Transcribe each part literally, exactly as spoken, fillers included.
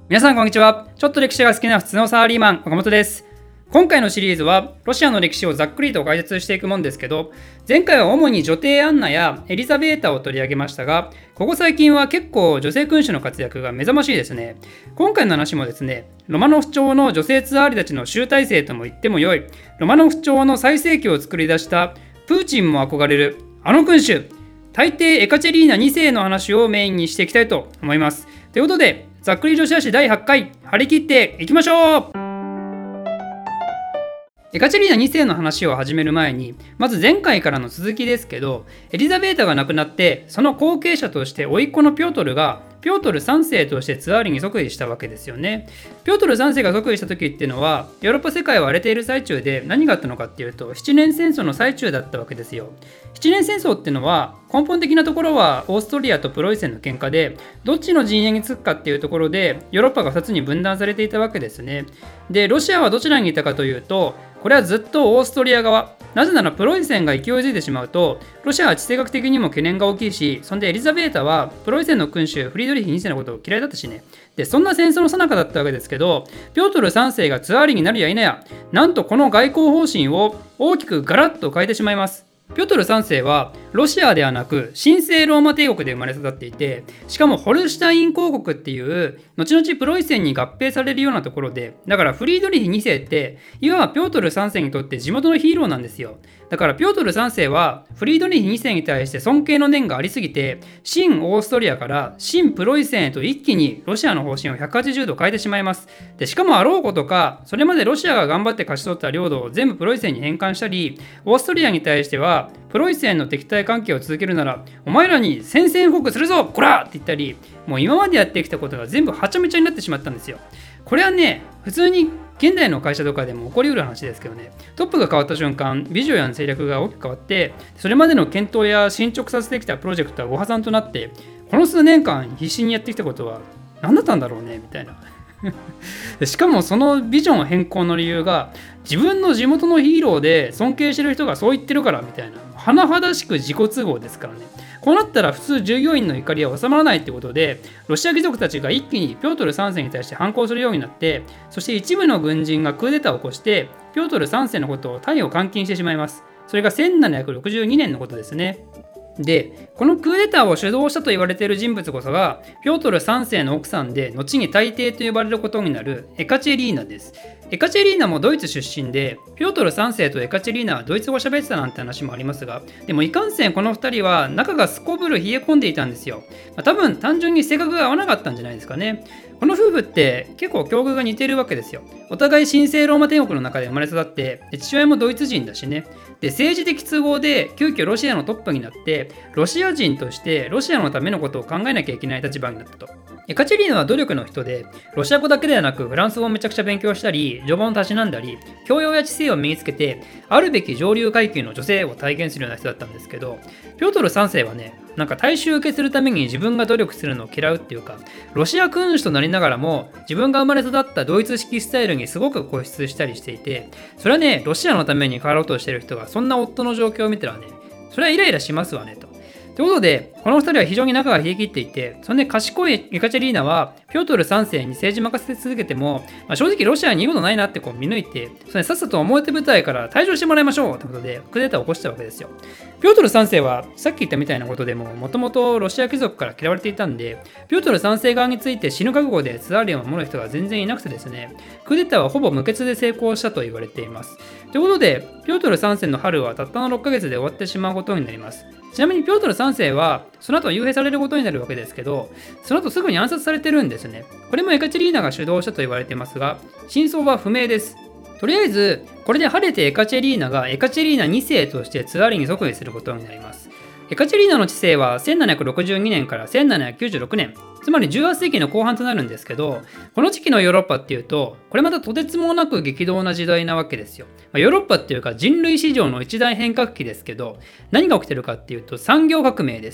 皆さんこんにちは。ちょっと歴史が好きな普通のサラリーマン岡本です。今回のシリーズはロシアの歴史をざっくりと解説していくもんですけど、前回は主に女帝アンナやエリザベータを取り上げましたが、ここ最近は結構女性君主の活躍が目覚ましいですね。今回の話もですね、ロマノフ朝の女性ツアーリたちの集大成とも言ってもよい、ロマノフ朝の最盛期を作り出したプーチンも憧れるあの君主、大帝エカチェリーナに世の話をメインにしていきたいと思います。ということで、ざっくり女子史だいはちかい、張り切っていきましょう。エカチェリーナに世の話を始める前に、まず前回からの続きですけど、エリザベータが亡くなって、その後継者として甥っ子のピョートルがピョートルさん世としてツアーリに即位したわけですよね。ピョートルさん世が即位した時っていうのは、ヨーロッパ世界は荒れている最中で、何があったのかっていうと、七年戦争の最中だったわけですよ。七年戦争っていうのは、根本的なところはオーストリアとプロイセンの喧嘩で、どっちの陣営につくかっていうところで、ヨーロッパがふたつに分断されていたわけですね。で、ロシアはどちらにいたかというと、これはずっとオーストリア側。なぜならプロイセンが勢いづいてしまうと、ロシアは地政学的にも懸念が大きいし、そんでエリザベータはプロイセンの君主フリードリヒに世のことを嫌いだったしね。で、そんな戦争の最中だったわけですけど、ピョートルさん世がツアーリになるや否や、なんとこの外交方針を大きくガラッと変えてしまいます。ピョートルさん世はロシアではなく神聖ローマ帝国で生まれ育っていて、しかもホルシュタイン公国っていう後々プロイセンに合併されるようなところで、だからフリードリヒに世っていわばピョートルさん世にとって地元のヒーローなんですよ。だからピョートルさん世はフリードリヒに世に対して尊敬の念がありすぎて、新オーストリアから新プロイセンへと一気にロシアの方針をひゃくはちじゅうど変えてしまいます。でしかもあろうことか、それまでロシアが頑張って勝ち取った領土を全部プロイセンに返還したり、オーストリアに対してはプロイセンの敵対関係を続けるならお前らに宣戦布告するぞこらって言ったり、もう今までやってきたことが全部はちゃめちゃになってしまったんですよ。これはね、普通に現代の会社とかでも起こりうる話ですけどね、トップが変わった瞬間、ビジョンや戦略が大きく変わって、それまでの検討や進捗させてきたプロジェクトはご破算となって、この数年間必死にやってきたことは何だったんだろうねみたいな。しかもそのビジョン変更の理由が、自分の地元のヒーローで尊敬してる人がそう言ってるからみたいな、甚だしく自己都合ですからね。こうなったら普通従業員の怒りは収まらないってことで、ロシア貴族たちが一気にピョートルさん世に対して反抗するようになって、そして一部の軍人がクーデターを起こしてピョートルさん世のことをタイを監禁してしまいます。それがせんななひゃくろくじゅうにねんのことですね。で、このクーデターを主導したと言われている人物こそがピョートルさん世の奥さんで、後に大帝と呼ばれることになるエカチェリーナです。エカチェリーナもドイツ出身で、ピョートルさん世とエカチェリーナはドイツ語喋ってたなんて話もありますが、でもいかんせんこのふたりは仲がすこぶる冷え込んでいたんですよ。まあ、多分単純に性格が合わなかったんじゃないですかね。この夫婦って結構境遇が似てるわけですよ。お互い神聖ローマ帝国の中で生まれ育って、父親もドイツ人だしね。で、政治的都合で急遽ロシアのトップになって、ロシア人としてロシアのためのことを考えなきゃいけない立場になったと。エカチェリーナは努力の人で、ロシア語だけではなくフランス語をめちゃくちゃ勉強したり、序盤をたしなんだり、教養や知性を身につけて、あるべき上流階級の女性を体現するような人だったんですけど、ピョートルさん世はね、なんか大衆受けするために自分が努力するのを嫌うっていうか、ロシア君主となりながらも自分が生まれ育ったドイツ式スタイルにすごく固執したりしていて、それはね、ロシアのために変わろうとしてる人がそんな夫の状況を見たらね、それはイライラしますわねと。ということで、このふたりは非常に仲が冷え切っていて、そんで賢いエカチェリーナはピョートルさん世に政治任せ続けても、まあ、正直ロシアに言うことないなってこう見抜いて、それさっさと表舞台から退場してもらいましょうということでクーデターを起こしたわけですよ。ピョートルさん世はさっき言ったみたいなことでも、もともとロシア貴族から嫌われていたんで、ピョートルさん世側について死ぬ覚悟でツアーリを守る人が全然いなくてですね、クーデターはほぼ無血で成功したと言われています。ということで、ピョートルさん世の春はたったのろっかげつで終わってしまうことになります。ちなみにピョートルさん世はその後幽閉されることになるわけですけど、その後すぐに暗殺されてるんですね。これもエカチェリーナが主導したと言われていますが、真相は不明です。とりあえずこれで晴れてエカチェリーナがエカチェリーナに世としてツアーリに即位することになります。エカチェリーナの治世はせんななひゃくろくじゅうにねんからせんななひゃくきゅうじゅうろくねん、つまりじゅうはっ世紀の後半となるんですけど、この時期のヨーロッパっていうと、これまたとてつもなく激動な時代なわけですよ。まあ、ヨーロッパっていうか人類史上の一大変革期ですけど、何が起きてるかっていうと産業革命です。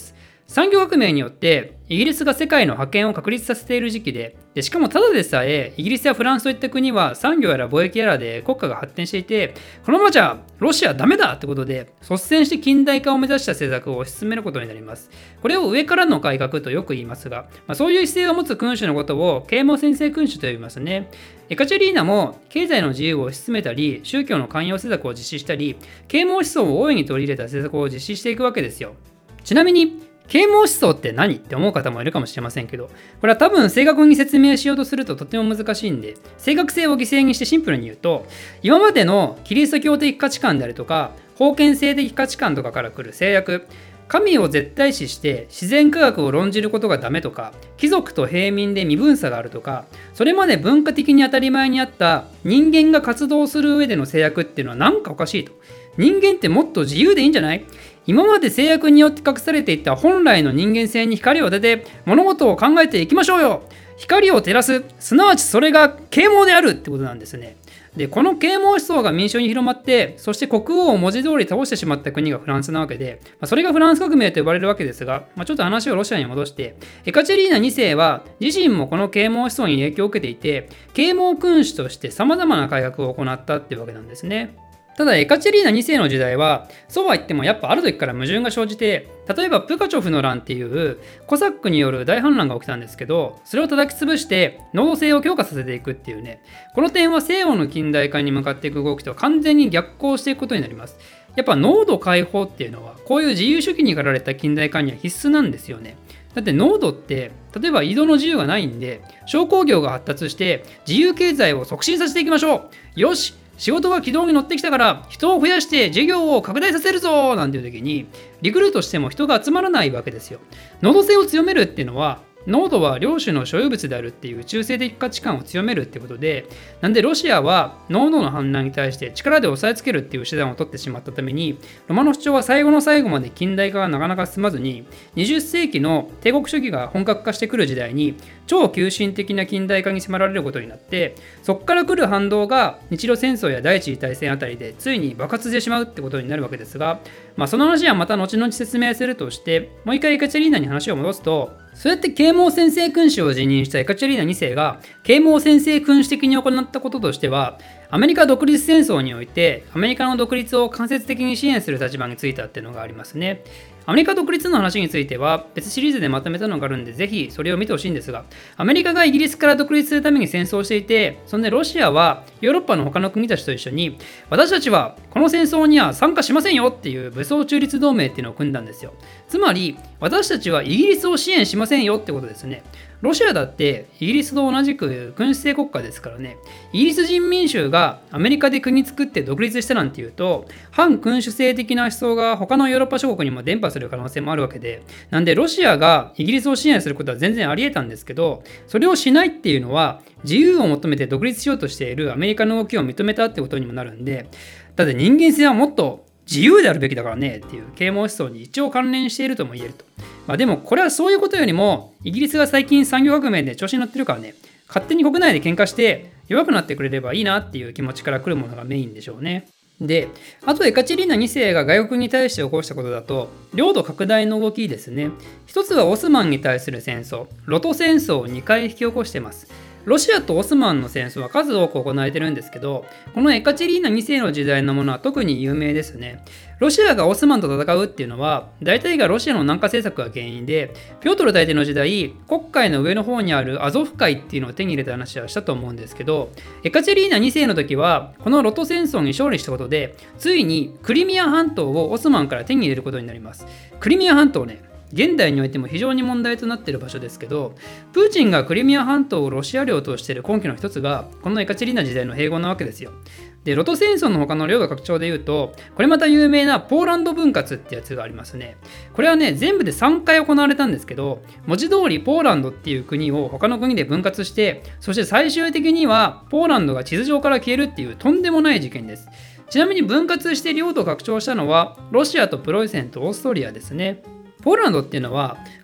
産業革命によってイギリスが世界の覇権を確立させている時期で、でしかもただでさえイギリスやフランスといった国は産業やら貿易やらで国家が発展していて、このままじゃロシアダメだってことで率先して近代化を目指した政策を推し進めることになります。これを上からの改革とよく言いますが、まあ、そういう姿勢を持つ君主のことを啓蒙専制君主と呼びますね。エカチェリーナも経済の自由を推し進めたり、宗教の寛容施策を実施したり、啓蒙思想を大いに取り入れた政策を実施していくわけですよ。ちなみに啓蒙思想って何って思う方もいるかもしれませんけど、これは多分正確に説明しようとするととても難しいんで、正確性を犠牲にしてシンプルに言うと、今までのキリスト教的価値観であるとか封建制的価値観とかから来る制約、神を絶対視して自然科学を論じることがダメとか、貴族と平民で身分差があるとか、それまで文化的に当たり前にあった人間が活動する上での制約っていうのはなんかおかしいと。人間ってもっと自由でいいんじゃない？今まで制約によって隠されていた本来の人間性に光を当てて物事を考えていきましょうよ。光を照らす、すなわちそれが啓蒙であるってことなんですね。で、この啓蒙思想が民衆に広まって、そして国王を文字通り倒してしまった国がフランスなわけで、まあ、それがフランス革命と呼ばれるわけですが、まあ、ちょっと話をロシアに戻して、エカチェリーナにせいは自身もこの啓蒙思想に影響を受けていて、啓蒙君主として様々な改革を行ったっていうわけなんですね。ただエカチェリーナにせいの時代はそうは言ってもやっぱある時から矛盾が生じて、例えばプカチョフの乱っていうコサックによる大反乱が起きたんですけど、それを叩き潰して農奴制を強化させていくっていうね、この点は西欧の近代化に向かっていく動きと完全に逆行していくことになります。やっぱ農土解放っていうのはこういう自由主義に駆られた近代化には必須なんですよね。だって農土って例えば移動の自由がないんで、商工業が発達して自由経済を促進させていきましょう。よし、仕事が軌道に乗ってきたから人を増やして事業を拡大させるぞなんていう時にリクルートしても人が集まらないわけですよ。農土性を強めるっていうのは、農土は領主の所有物であるっていう中性的価値観を強めるってことで、なんでロシアは農土の反乱に対して力で押さえつけるっていう手段を取ってしまったために、ロマノフ朝は最後の最後まで近代化がなかなか進まずに、にじゅっせいきの帝国主義が本格化してくる時代に超急進的な近代化に迫られることになって、そこから来る反動が日露戦争や第一次大戦あたりでついに爆発してしまうってことになるわけですが、まあ、その話はまた後々説明するとして、もう一回エカチェリーナに話を戻すと、そうやって啓蒙専制君主を辞任したエカチェリーナにせいが啓蒙専制君主的に行ったこととしては、アメリカ独立戦争においてアメリカの独立を間接的に支援する立場についたっていうのがありますね。アメリカ独立の話については別シリーズでまとめたのがあるんで、ぜひそれを見てほしいんですが、アメリカがイギリスから独立するために戦争をしていて、そんでロシアはヨーロッパの他の国たちと一緒に、私たちはこの戦争には参加しませんよっていう武装中立同盟っていうのを組んだんですよ。つまり私たちはイギリスを支援しませんよってことですね。ロシアだってイギリスと同じく君主制国家ですからね。イギリス人民衆がアメリカで国作って独立したなんていうと、反君主制的な思想が他のヨーロッパ諸国にも伝播する可能性もあるわけで、なんでロシアがイギリスを支援することは全然あり得たんですけど、それをしないっていうのは自由を求めて独立しようとしているアメリカの動きを認めたってことにもなるんで、だって人間性はもっと自由であるべきだからねっていう啓蒙思想に一応関連しているとも言えると。まあでもこれはそういうことよりも、イギリスが最近産業革命で調子に乗ってるからね、勝手に国内で喧嘩して弱くなってくれればいいなっていう気持ちから来るものがメインでしょうね。で、あとエカチェリーナにせいが外国に対して起こしたことだと、領土拡大の動きですね。一つはオスマンに対する戦争、ロト戦争をにかい引き起こしてます。ロシアとオスマンの戦争は数多く行われてるんですけど、このエカチェリーナにせいの時代のものは特に有名ですね。ロシアがオスマンと戦うっていうのは、大体がロシアの南下政策が原因で、ピョートル大帝の時代、黒海の上の方にあるアゾフ海っていうのを手に入れた話はしたと思うんですけど、エカチェリーナにせいの時は、このロト戦争に勝利したことで、ついにクリミア半島をオスマンから手に入れることになります。クリミア半島ね、現代においても非常に問題となっている場所ですけど、プーチンがクリミア半島をロシア領としている根拠の一つがこのエカチェリーナ時代の併合なわけですよ。で、ロト戦争の他の領土拡張でいうと、これまた有名なポーランド分割ってやつがありますね。これはね、全部でさんかい行われたんですけど、文字通りポーランドっていう国を他の国で分割して、そして最終的にはポーランドが地図上から消えるっていうとんでもない事件です。ちなみに分割して領土を拡張したのはロシアとプロイセンとオーストリアですね。ポーランドっていうのは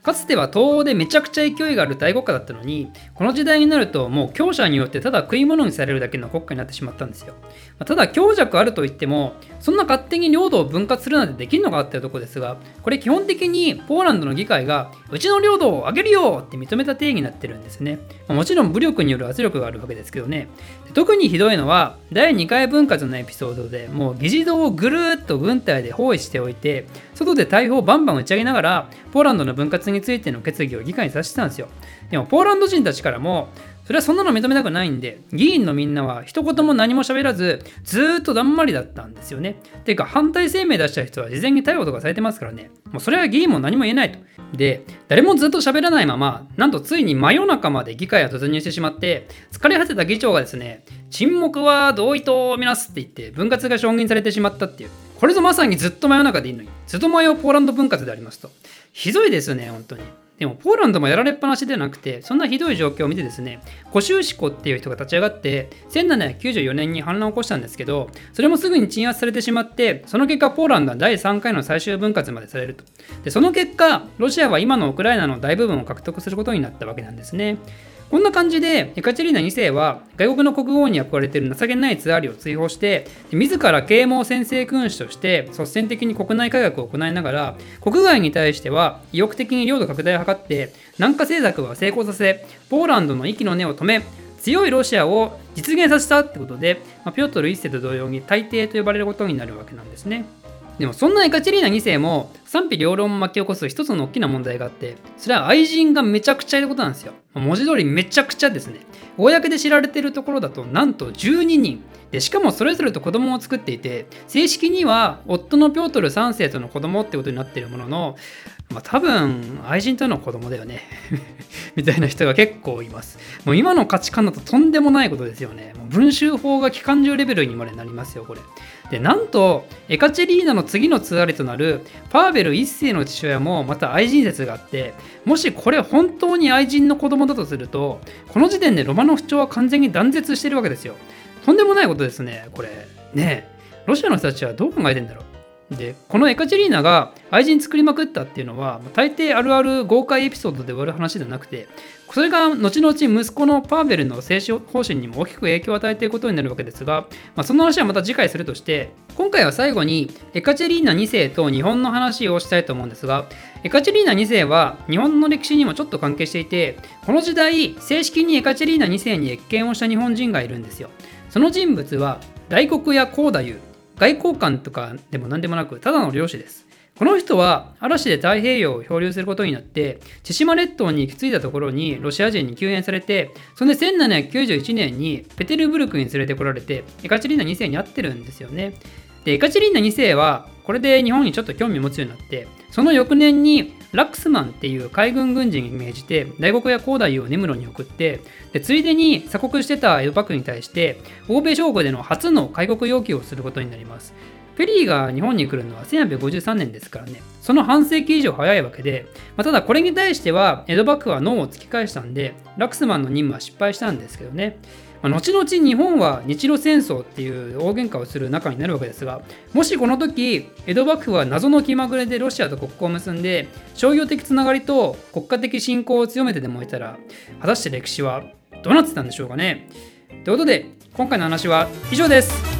かつては東欧でめちゃくちゃ勢いがある大国家だったのに、この時代になるともう強者によってただ食い物にされるだけの国家になってしまったんですよ。ただ強弱あるといっても、そんな勝手に領土を分割するなんてできるのかっていうところですが、これ基本的にポーランドの議会がうちの領土をあげるよって認めた定義になってるんですね。もちろん武力による圧力があるわけですけどね。特にひどいのはだいにかい分割のエピソードで、もう議事堂をぐるーっと軍隊で包囲しておいて、外で大砲をバンバン打ち上げながらポーランドの分割についての決議を議会にさせてたんですよ。でもポーランド人たちからもそれはそんなの認めたくないんで、議員のみんなは一言も何も喋らずずーっとだんまりだったんですよね。ていうか反対声明出した人は事前に逮捕とかされてますからね。もうそれは議員も何も言えないと。で、誰もずっと喋らないまま、なんとついに真夜中まで議会が突入してしまって、疲れ果てた議長がですね、沈黙は同意とみなすって言って分割が承認されてしまったっていう。これぞまさにずっと真夜中でいいのに、ずっと前をポーランド分割でありますと。ひどいですよね、本当に。でもポーランドもやられっぱなしではなくて、そんなひどい状況を見てですね、コシューシコっていう人が立ち上がってせんななひゃくきゅうじゅうよねんに反乱を起こしたんですけど、それもすぐに鎮圧されてしまって、その結果ポーランドはだいさんかいの最終分割までされると。でその結果ロシアは今のウクライナの大部分を獲得することになったわけなんですね。こんな感じでエカチェリーナにせいは外国の国王に憧れている情けないツァーリを追放して、自ら啓蒙専制君主として率先的に国内改革を行いながら、国外に対しては意欲的に領土拡大を図って南下政策は成功させ、ポーランドの息の根を止め、強いロシアを実現させたってことで、まあ、ピョートルいっせいと同様に大帝と呼ばれることになるわけなんですね。でもそんなエカチェリーナにせいも賛否両論を巻き起こす一つの大きな問題があって、それは愛人がめちゃくちゃいることなんですよ。文字通りめちゃくちゃですね。公で知られているところだとなんとじゅうににんで、しかもそれぞれと子供を作っていて、正式には夫のピョートルさんせいとの子供ってことになっているものの、まあ、多分愛人との子供だよねみたいな人が結構います。もう今の価値観だととんでもないことですよね。もう文集法が機関銃レベルにまでなりますよこれ。でなんとエカチェリーナの次のツアーリとなるパーベルいっせいの父親もまた愛人説があって、もしこれ本当に愛人の子供だとすると、この時点でロマノフ朝は完全に断絶してるわけですよ。とんでもないことですねこれね。えロシアの人たちはどう考えてんだろう。でこのエカチェリーナが愛人作りまくったっていうのは大抵あるある豪快エピソードで終わる話ではなくて、それが後々息子のパーベルの政治方針にも大きく影響を与えていることになるわけですが、まあ、その話はまた次回するとして、今回は最後にエカチェリーナにせいと日本の話をしたいと思うんですが、エカチェリーナにせいは日本の歴史にもちょっと関係していて、この時代正式にエカチェリーナにせいに謁見をした日本人がいるんですよ。その人物は大黒屋光太夫、外交官とかでも何でもなくただの漁師です。この人は嵐で太平洋を漂流することになって、千島列島に行き着いたところにロシア人に救援されて、それでせんななひゃくきゅうじゅういちねんにペテルブルクに連れてこられてエカチェリーナにせいに会ってるんですよね。でエカチェリーナにせいはこれで日本にちょっと興味を持つようになって、その翌年にラックスマンっていう海軍軍人に命じて大黒屋光太夫を根室に送って、でついでに鎖国してた江戸幕府に対して欧米諸国での初の開国要求をすることになります。ペリーが日本に来るのはせんはっぴゃくごじゅうさんねんですからね、その半世紀以上早いわけで、まあ、ただこれに対しては江戸幕府はノーを突き返したんで、ラックスマンの任務は失敗したんですけどね。まあ、後々日本は日露戦争っていう大喧嘩をする仲になるわけですが、もしこの時江戸幕府は謎の気まぐれでロシアと国交を結んで商業的つながりと国家的信仰を強めてでもいたら、果たして歴史はどうなってたんでしょうかね。ということで今回の話は以上です。